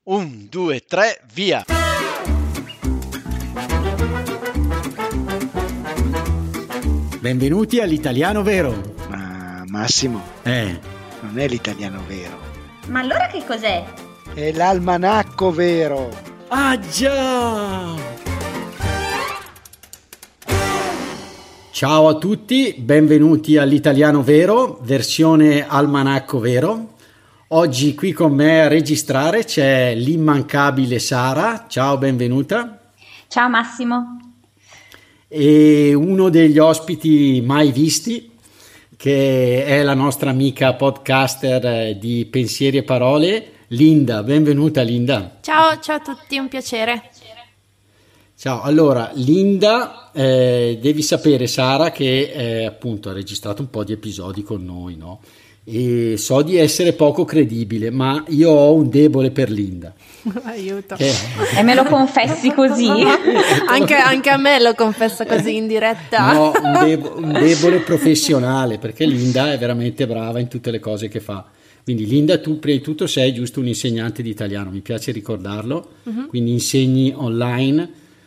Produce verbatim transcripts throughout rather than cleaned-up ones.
Un, due, tre, via! Benvenuti all'Italiano Vero. Ma Massimo, Eh, non è l'italiano vero, Ma allora che cos'è? è l'almanacco vero. ah già! Ciao a tutti, benvenuti all'Italiano Vero, versione Almanacco Vero. Oggi qui con me a registrare c'è l'immancabile Sara. Ciao, benvenuta. Ciao Massimo. E uno degli ospiti mai visti, che è la nostra amica podcaster di Pensieri e Parole, Linda. Benvenuta Linda. Ciao, ciao a tutti, un piacere. Ciao, allora Linda, eh, devi sapere Sara che eh, appunto ha registrato un po' di episodi con noi, no? E so di essere poco credibile, ma io ho un debole per Linda. Aiuto. Che... E me lo confessi così? anche, anche a me lo confesso così in diretta. No, un, debo- un debole professionale, perché Linda è veramente brava in tutte le cose che fa. Quindi Linda, tu prima di tutto sei giusto un insegnante di italiano, mi piace ricordarlo, uh-huh. Quindi insegni online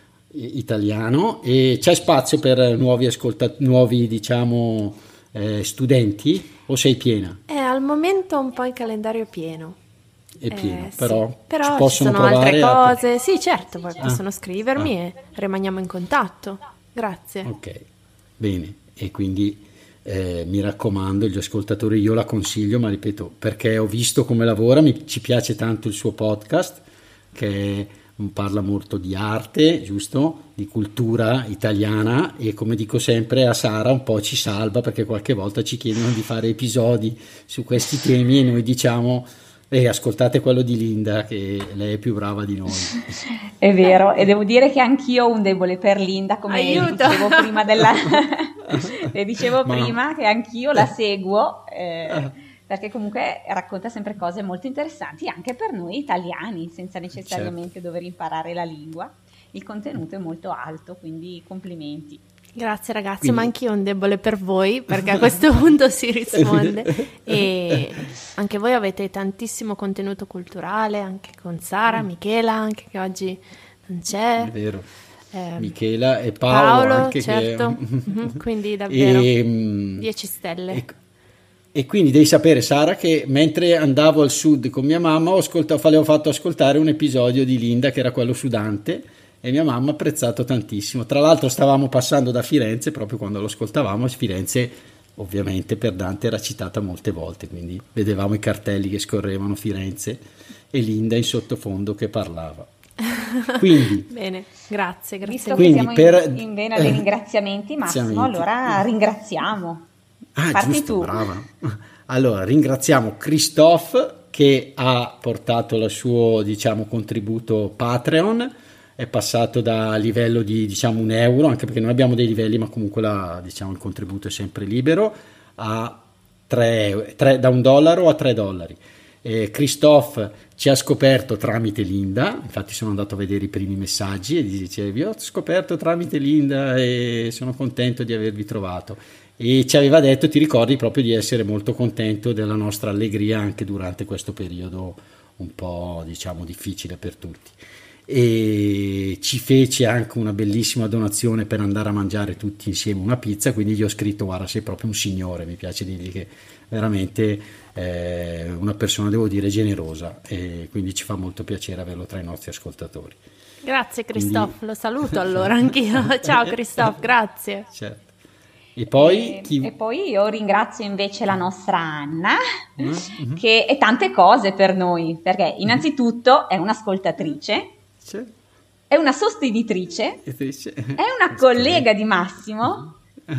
italiano e c'è spazio per nuovi ascoltatori, nuovi diciamo eh, studenti o sei piena? Eh, al momento un po' il calendario è pieno. È pieno, eh, però, sì. Però ci ci possono sono altre provare cose. a... Sì, certo, poi Ah. possono scrivermi Ah. e rimaniamo in contatto. Grazie. Ok, bene, e quindi eh, mi raccomando, gli ascoltatori io la consiglio, ma ripeto, perché ho visto come lavora, mi, ci piace tanto il suo podcast, che parla molto di arte, giusto? Di cultura italiana e come dico sempre a Sara un po' ci salva perché qualche volta ci chiedono di fare episodi su questi temi e noi diciamo eh, ascoltate quello di Linda che lei è più brava di noi. È vero, e devo dire che anch'io ho un debole per Linda, come Aiuto. dicevo prima della... Le dicevo Ma- prima che anch'io la seguo eh, perché comunque racconta sempre cose molto interessanti anche per noi italiani, senza necessariamente Certo. dover imparare la lingua. Il contenuto è molto alto, quindi complimenti. Grazie ragazzi, Quindi- ma anch'io ho un debole per voi perché a questo punto si risponde e anche voi avete tantissimo contenuto culturale, anche con Sara, Michela, anche che oggi non c'è. È vero. Eh, Michela e Paolo, Paolo, anche certo. che... Mhm, quindi davvero E, mm, dieci stelle. E, e quindi devi sapere Sara che mentre andavo al sud con mia mamma ho ascoltato, le ho fatto ascoltare un episodio di Linda che era quello su Dante e mia mamma ha apprezzato tantissimo. Tra l'altro stavamo passando da Firenze proprio quando lo ascoltavamo e Firenze ovviamente per Dante era citata molte volte, quindi vedevamo i cartelli che scorrevano Firenze e Linda in sottofondo che parlava. Quindi Bene, grazie, grazie. Visto Quindi che siamo per- in, in vena dei ringraziamenti, Massimo, ringraziamenti. allora ringraziamo. Ah, Parti giusto, tu. brava. Allora, ringraziamo Christophe che ha portato il suo, diciamo, contributo Patreon, è passato da livello di, diciamo, un euro, anche perché noi abbiamo dei livelli, ma comunque la, diciamo, il contributo è sempre libero, a tre, tre, da un dollaro a tre dollari. Eh, Christophe ci ha scoperto tramite Linda, infatti sono andato a vedere i primi messaggi e gli dicevi ho scoperto tramite Linda e sono contento di avervi trovato e ci aveva detto, ti ricordi, proprio di essere molto contento della nostra allegria anche durante questo periodo un po' diciamo difficile per tutti e ci fece anche una bellissima donazione per andare a mangiare tutti insieme una pizza, quindi gli ho scritto guarda sei proprio un signore, mi piace dirgli che veramente eh, una persona devo dire generosa e quindi ci fa molto piacere averlo tra i nostri ascoltatori. Grazie Christophe, Quindi- lo saluto allora anch'io. Ciao Christophe, grazie. Certo. E poi E, chi... e poi io ringrazio invece la nostra Anna, Mhm. che è tante cose per noi, perché innanzitutto è un'ascoltatrice, C'è? è una sostenitrice, E te dice- è una collega di Massimo,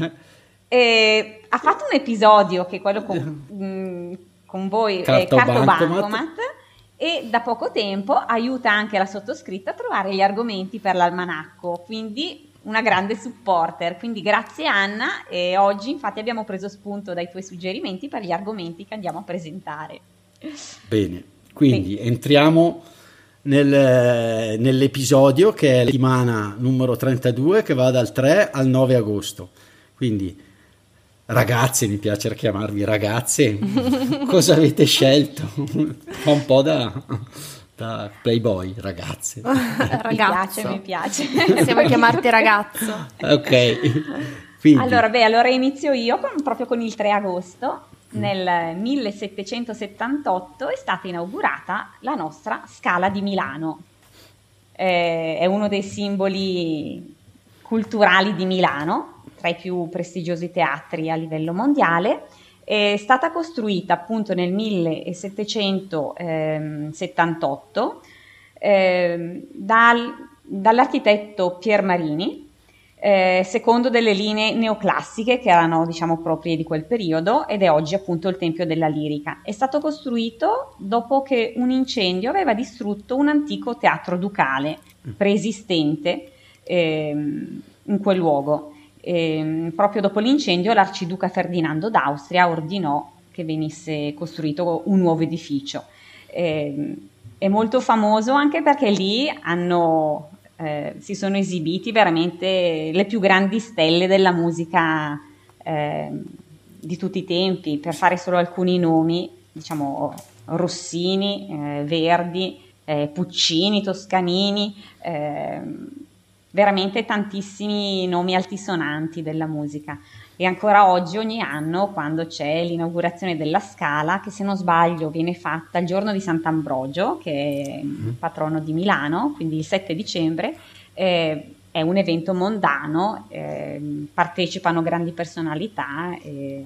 e ha fatto un episodio che è quello con, mh, con voi, Carta eh, o Carto Bancomat. Bancomat, e da poco tempo aiuta anche la sottoscritta a trovare gli argomenti per l'almanacco, quindi una grande supporter, quindi grazie Anna e oggi infatti abbiamo preso spunto dai tuoi suggerimenti per gli argomenti che andiamo a presentare. Bene, quindi entriamo nel- nell'episodio che è la settimana numero trentadue che va dal tre al nove agosto, quindi ragazze, mi piace chiamarvi ragazze, cosa avete scelto? Fa un po' da, da Playboy, ragazze. Ragazzo. Mi piace, mi piace. Possiamo chiamarti ragazzo. Ok. Quindi. Allora, beh, allora inizio io con, proprio con il tre agosto. Nel millesettecentosettantotto è stata inaugurata la nostra Scala di Milano. Eh, è uno dei simboli culturali di Milano, tra i più prestigiosi teatri a livello mondiale. È stata costruita appunto nel millesettecentosettantotto eh, dal, dall'architetto Pier Marini, eh, secondo delle linee neoclassiche che erano, diciamo, proprie di quel periodo, ed è oggi appunto il Tempio della Lirica. È stato costruito dopo che un incendio aveva distrutto un antico teatro ducale preesistente eh, in quel luogo. E proprio dopo l'incendio l'arciduca Ferdinando d'Austria ordinò che venisse costruito un nuovo edificio. E, è molto famoso anche perché lì hanno, eh, si sono esibiti veramente le più grandi stelle della musica eh, di tutti i tempi. Per fare solo alcuni nomi, diciamo Rossini, eh, Verdi, eh, Puccini, Toscanini, eh, veramente tantissimi nomi altisonanti della musica. E ancora oggi, ogni anno, quando c'è l'inaugurazione della Scala, che se non sbaglio viene fatta il giorno di Sant'Ambrogio, che è il patrono di Milano, quindi il sette dicembre, eh, è un evento mondano, eh, partecipano grandi personalità e,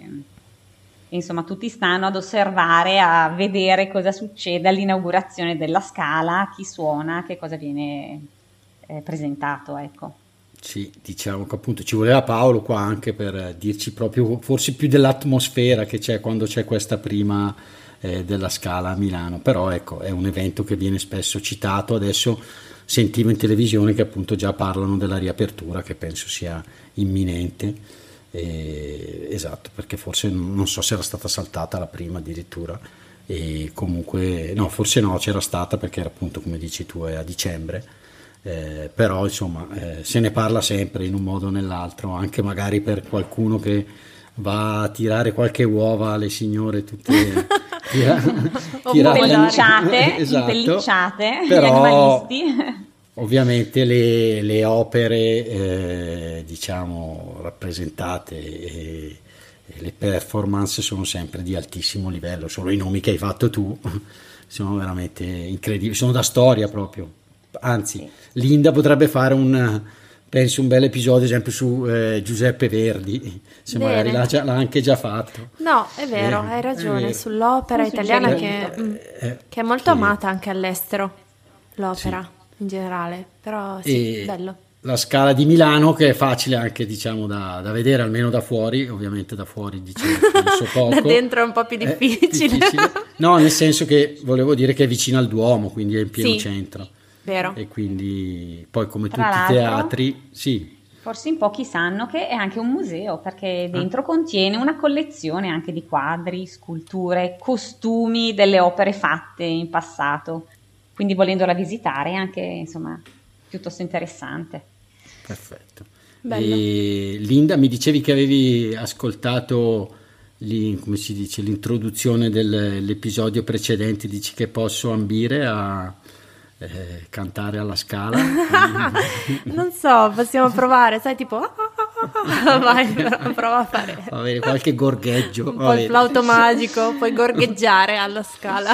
e insomma tutti stanno ad osservare, a vedere cosa succede all'inaugurazione della Scala, chi suona, che cosa viene presentato, ecco. Sì, diciamo che appunto ci voleva Paolo qua anche per dirci proprio forse più dell'atmosfera che c'è quando c'è questa prima eh, della Scala a Milano, però ecco, è un evento che viene spesso citato. Adesso sentivo in televisione che appunto già parlano della riapertura, che penso sia imminente, eh, esatto, perché forse non so se era stata saltata la prima addirittura, e comunque no, forse no, c'era stata perché era appunto, come dici tu, è a dicembre. Eh, però insomma eh, se ne parla sempre in un modo o nell'altro, anche magari per qualcuno che va a tirare qualche uova alle signore tutte tira, impellicciate, esatto. impellicciate Però, gli animalisti. Ovviamente le, le opere eh, diciamo rappresentate e, e le performance sono sempre di altissimo livello. Solo i nomi che hai fatto tu sono veramente incredibili, sono da storia proprio. Anzi, sì. Linda potrebbe fare un, penso, un bel episodio, esempio, su eh, Giuseppe Verdi, se Bene. magari l'ha, già, l'ha anche già fatto. No, è vero, eh, hai ragione, sull'opera italiana che, eh, che è molto che... amata anche all'estero, l'opera sì. in generale, però sì, e bello. La Scala di Milano, che è facile anche, diciamo, da, da vedere, almeno da fuori, ovviamente da fuori diciamo so poco. Da dentro è un po' più difficile. difficile. No, nel senso che volevo dire che è vicino al Duomo, quindi è in pieno sì. centro. Vero. E quindi poi come Tra tutti i teatri, sì. Forse in pochi sanno che è anche un museo, perché dentro ah. contiene una collezione anche di quadri, sculture, costumi delle opere fatte in passato. Quindi volendola visitare è anche, insomma, piuttosto interessante. Perfetto. E Linda, mi dicevi che avevi ascoltato come si dice, l'introduzione dell'episodio precedente, dici che posso ambire a Eh, cantare alla Scala? Non so, possiamo provare, sai, tipo vai, prova a fare avere qualche gorgheggio, un po' il flauto magico, puoi gorgheggiare alla Scala.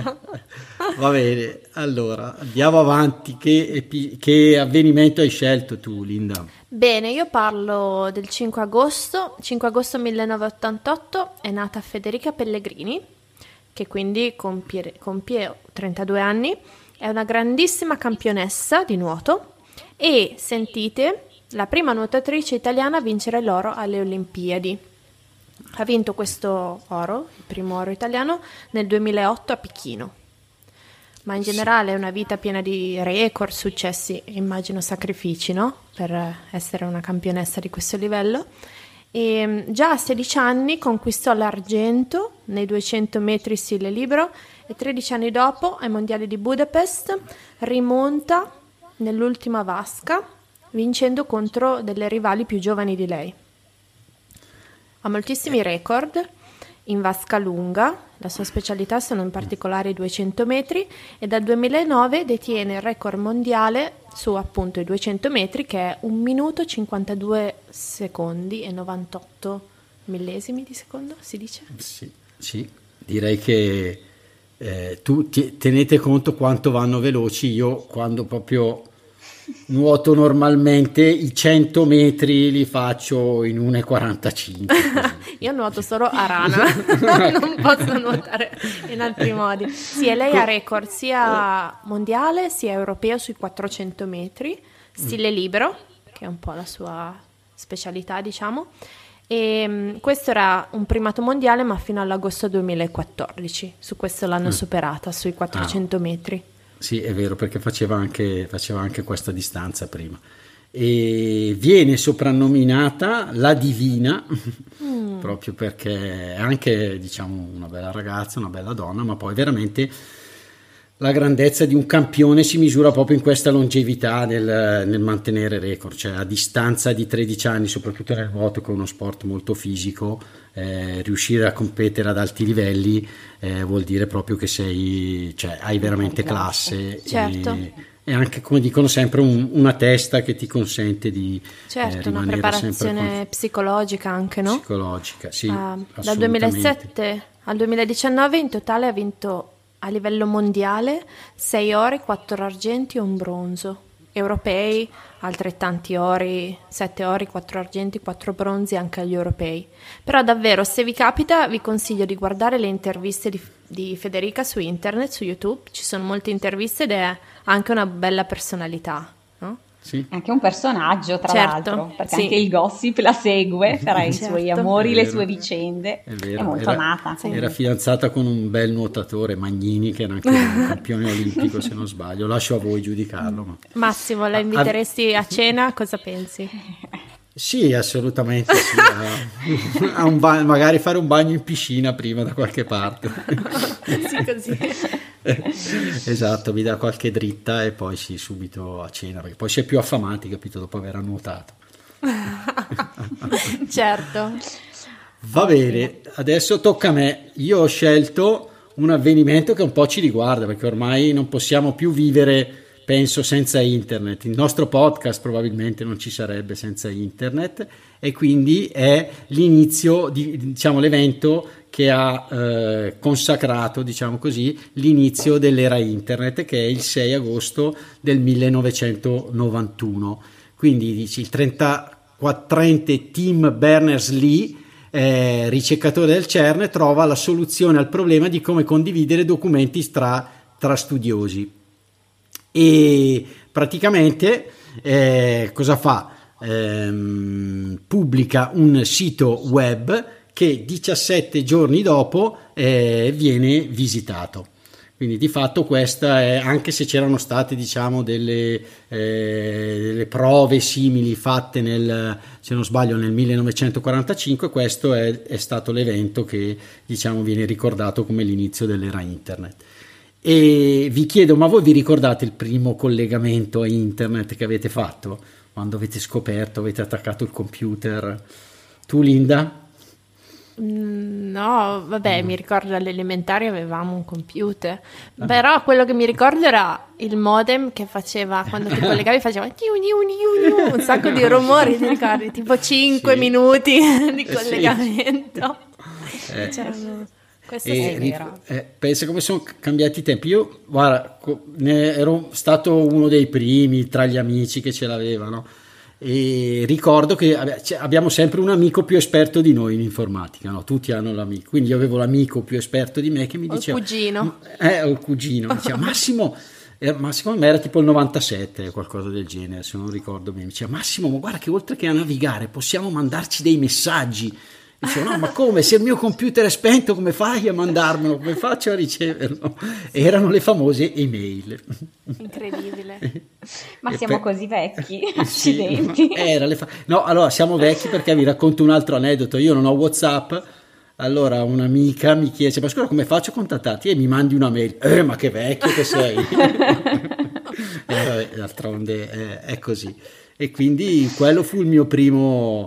Va bene, allora andiamo avanti. Che, che avvenimento hai scelto tu, Linda? Bene, io parlo del cinque agosto cinque agosto millenovecentottantotto è nata Federica Pellegrini, che quindi compie, compie trentadue anni. È una grandissima campionessa di nuoto e, sentite, la prima nuotatrice italiana a vincere l'oro alle Olimpiadi. Ha vinto questo oro, il primo oro italiano, nel duemilaotto a Pechino. Ma in generale è una vita piena di record, successi e immagino sacrifici, no? Per essere una campionessa di questo livello. E già a sedici anni conquistò l'argento nei duecento metri stile libero e tredici anni dopo, ai mondiali di Budapest, rimonta nell'ultima vasca, vincendo contro delle rivali più giovani di lei. Ha moltissimi record in vasca lunga, la sua specialità sono in particolare i duecento metri, e dal duemilanove detiene il record mondiale su appunto i duecento metri, che è un minuto cinquantadue secondi e novantotto millesimi di secondo, si dice? Sì, sì. Direi che eh, tu ti, tenete conto quanto vanno veloci. Io quando proprio nuoto normalmente i cento metri li faccio in uno e quarantacinque. Io nuoto solo a rana, non posso nuotare in altri modi. Sì, e lei ha record sia mondiale sia europeo sui quattrocento metri, stile libero, che è un po' la sua specialità, diciamo. E um, questo era un primato mondiale, ma fino all'agosto duemilaquattordici. Su questo l'hanno mm. superata, sui quattrocento metri. Sì, è vero, perché faceva anche, faceva anche questa distanza prima. E viene soprannominata la Divina, mm. proprio perché è anche, diciamo, una bella ragazza, una bella donna, ma poi veramente la grandezza di un campione si misura proprio in questa longevità nel, nel mantenere record, cioè a distanza di tredici anni, soprattutto nel nuoto, che è uno sport molto fisico, eh, riuscire a competere ad alti livelli eh, vuol dire proprio che sei, cioè, hai veramente classe. Certo. E, e anche, come dicono sempre, un, una testa che ti consente di certo, eh, una preparazione con... psicologica anche, no? Psicologica, sì. Uh, dal duemilasette al duemiladiciannove in totale ha vinto a livello mondiale sei ori, quattro argenti e un bronzo. Europei altrettanti ori, sette ori, quattro argenti, quattro bronzi anche agli europei. Però davvero, se vi capita, vi consiglio di guardare le interviste di, di Federica su internet, su YouTube. Ci sono molte interviste ed è anche una bella personalità, no? Sì. Anche un personaggio, tra certo, l'altro, perché sì. anche il gossip la segue, farà i Certo. suoi amori, È le vero. sue vicende, È è, vero, molto era, amata. Sì. era fidanzata con un bel nuotatore, Magnini, che era anche un campione olimpico, se non sbaglio. Lascio a voi giudicarlo. Ma... Massimo, la inviteresti a cena? Cosa pensi? Sì, assolutamente sì. A, a un ba- magari fare un bagno in piscina prima da qualche parte. Sì, così. Esatto, mi dà qualche dritta e poi sì, subito a cena, perché poi si è più affamati, capito, dopo aver nuotato. Certo. Va bene, adesso tocca a me. Io ho scelto un avvenimento che un po' ci riguarda, perché ormai non possiamo più vivere, penso, senza internet. Il nostro podcast probabilmente non ci sarebbe senza internet, e quindi è l'inizio di, diciamo, l'evento che ha eh, consacrato, diciamo così, l'inizio dell'era internet, che è il sei agosto del millenovecentonovantuno. Quindi dici, il trentaquattrenne Tim Berners-Lee, eh, ricercatore del CERN, trova la soluzione al problema di come condividere documenti tra, tra studiosi. E praticamente eh, cosa fa? Ehm, pubblica un sito web che diciassette giorni dopo eh, viene visitato. Quindi di fatto questa è, anche se c'erano state, diciamo, delle, eh, delle prove simili fatte nel, se non sbaglio, nel millenovecentoquarantacinque, questo è, è stato l'evento che, diciamo, viene ricordato come l'inizio dell'era internet. E vi chiedo, ma voi vi ricordate il primo collegamento a internet che avete fatto? Quando avete scoperto, avete attaccato il computer? Tu, Linda? No, vabbè, mm. mi ricordo alle elementari avevamo un computer, ah. però quello che mi ricordo era il modem che faceva, quando ti collegavi faceva niu, niu, niu, niu, un sacco di rumori, ti ricordi? Tipo cinque sì. minuti di collegamento. Sì. Eh. C'erano... Questo E, sì, era. Eh, pensa come sono cambiati i tempi. Io, guarda, ne ero stato uno dei primi tra gli amici che ce l'avevano, e ricordo che abbiamo sempre un amico più esperto di noi in informatica, no? Tutti hanno l'amico, quindi io avevo l'amico più esperto di me che mi o diceva, il cugino eh, o il cugino mi diceva Massimo, eh, ma secondo me era tipo il novantasette, qualcosa del genere, se non ricordo bene. Mi diceva Massimo, ma guarda che oltre che a navigare possiamo mandarci dei messaggi. Dicevo, no, ma come? Se il mio computer è spento, come fai a mandarmelo? Come faccio a riceverlo? Erano le famose email. Incredibile. Ma e siamo per... così vecchi, sì, accidenti. Era le fa... No, allora siamo vecchi, perché vi racconto un altro aneddoto. Io non ho WhatsApp, allora un'amica mi chiede, ma scusa, come faccio a contattarti? E mi mandi una mail. Eh, ma che vecchio che sei! E vabbè, d'altronde è, è così. E quindi quello fu il mio primo...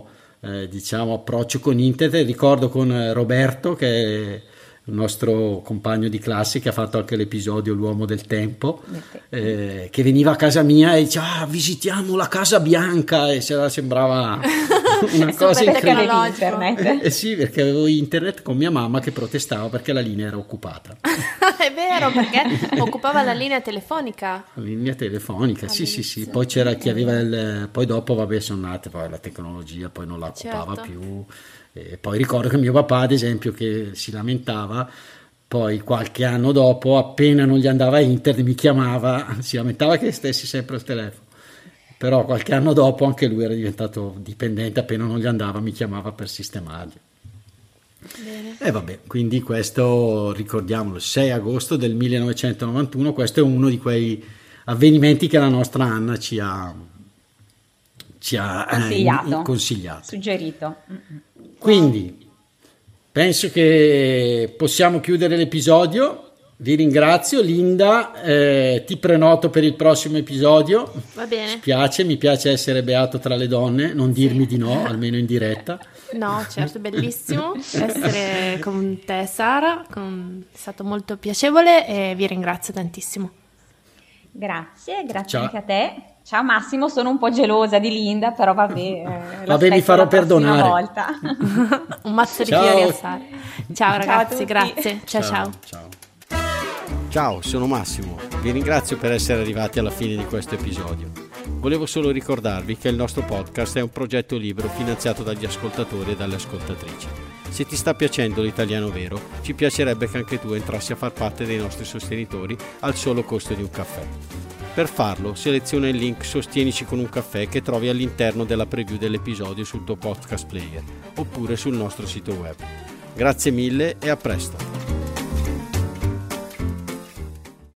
eh, diciamo approccio con internet. Ricordo con Roberto, che è il nostro compagno di classe, che ha fatto anche l'episodio L'uomo del tempo, eh, che veniva a casa mia e diceva ah, visitiamo la Casa Bianca, e se la sembrava una cosa incredibile. Internet. Eh, sì, perché avevo internet con mia mamma che protestava perché la linea era occupata. È vero, perché occupava la linea telefonica. La linea telefonica, sì, sì, sì. Poi c'era chi aveva il... Poi dopo, vabbè, sono nate poi la tecnologia, poi non la occupava certo. più. E poi ricordo che mio papà, ad esempio, che si lamentava, poi qualche anno dopo, appena non gli andava internet, mi chiamava, si lamentava che stessi sempre al telefono. Però qualche anno dopo anche lui era diventato dipendente, appena non gli andava mi chiamava per sistemargli. Bene. E vabbè, quindi questo, ricordiamolo, sei agosto del millenovecentonovantuno, questo è uno di quei avvenimenti che la nostra Anna ci ha, ci ha consigliato, eh, consigliato. suggerito. Quindi penso che possiamo chiudere l'episodio. Vi ringrazio, Linda, eh, ti prenoto per il prossimo episodio. Va bene. Mi piace, mi piace essere beato tra le donne, non dirmi sì. di no, almeno in diretta. No, certo, bellissimo essere con te, Sara, con... è stato molto piacevole e vi ringrazio tantissimo. Grazie, grazie Ciao. Anche a te. Ciao Massimo, sono un po' gelosa di Linda, però vabbè, eh, vabbè mi farò perdonare. Volta. Un mazzo di ciao. fiori a Sara. Ciao ragazzi, ciao grazie. Ciao ciao. Ciao. Ciao, sono Massimo. Vi ringrazio per essere arrivati alla fine di questo episodio. Volevo solo ricordarvi che il nostro podcast è un progetto libero finanziato dagli ascoltatori e dalle ascoltatrici. Se ti sta piacendo l'italiano vero, ci piacerebbe che anche tu entrassi a far parte dei nostri sostenitori al solo costo di un caffè. Per farlo, seleziona il link Sostienici con un caffè che trovi all'interno della preview dell'episodio sul tuo podcast player oppure sul nostro sito web. Grazie mille e a presto!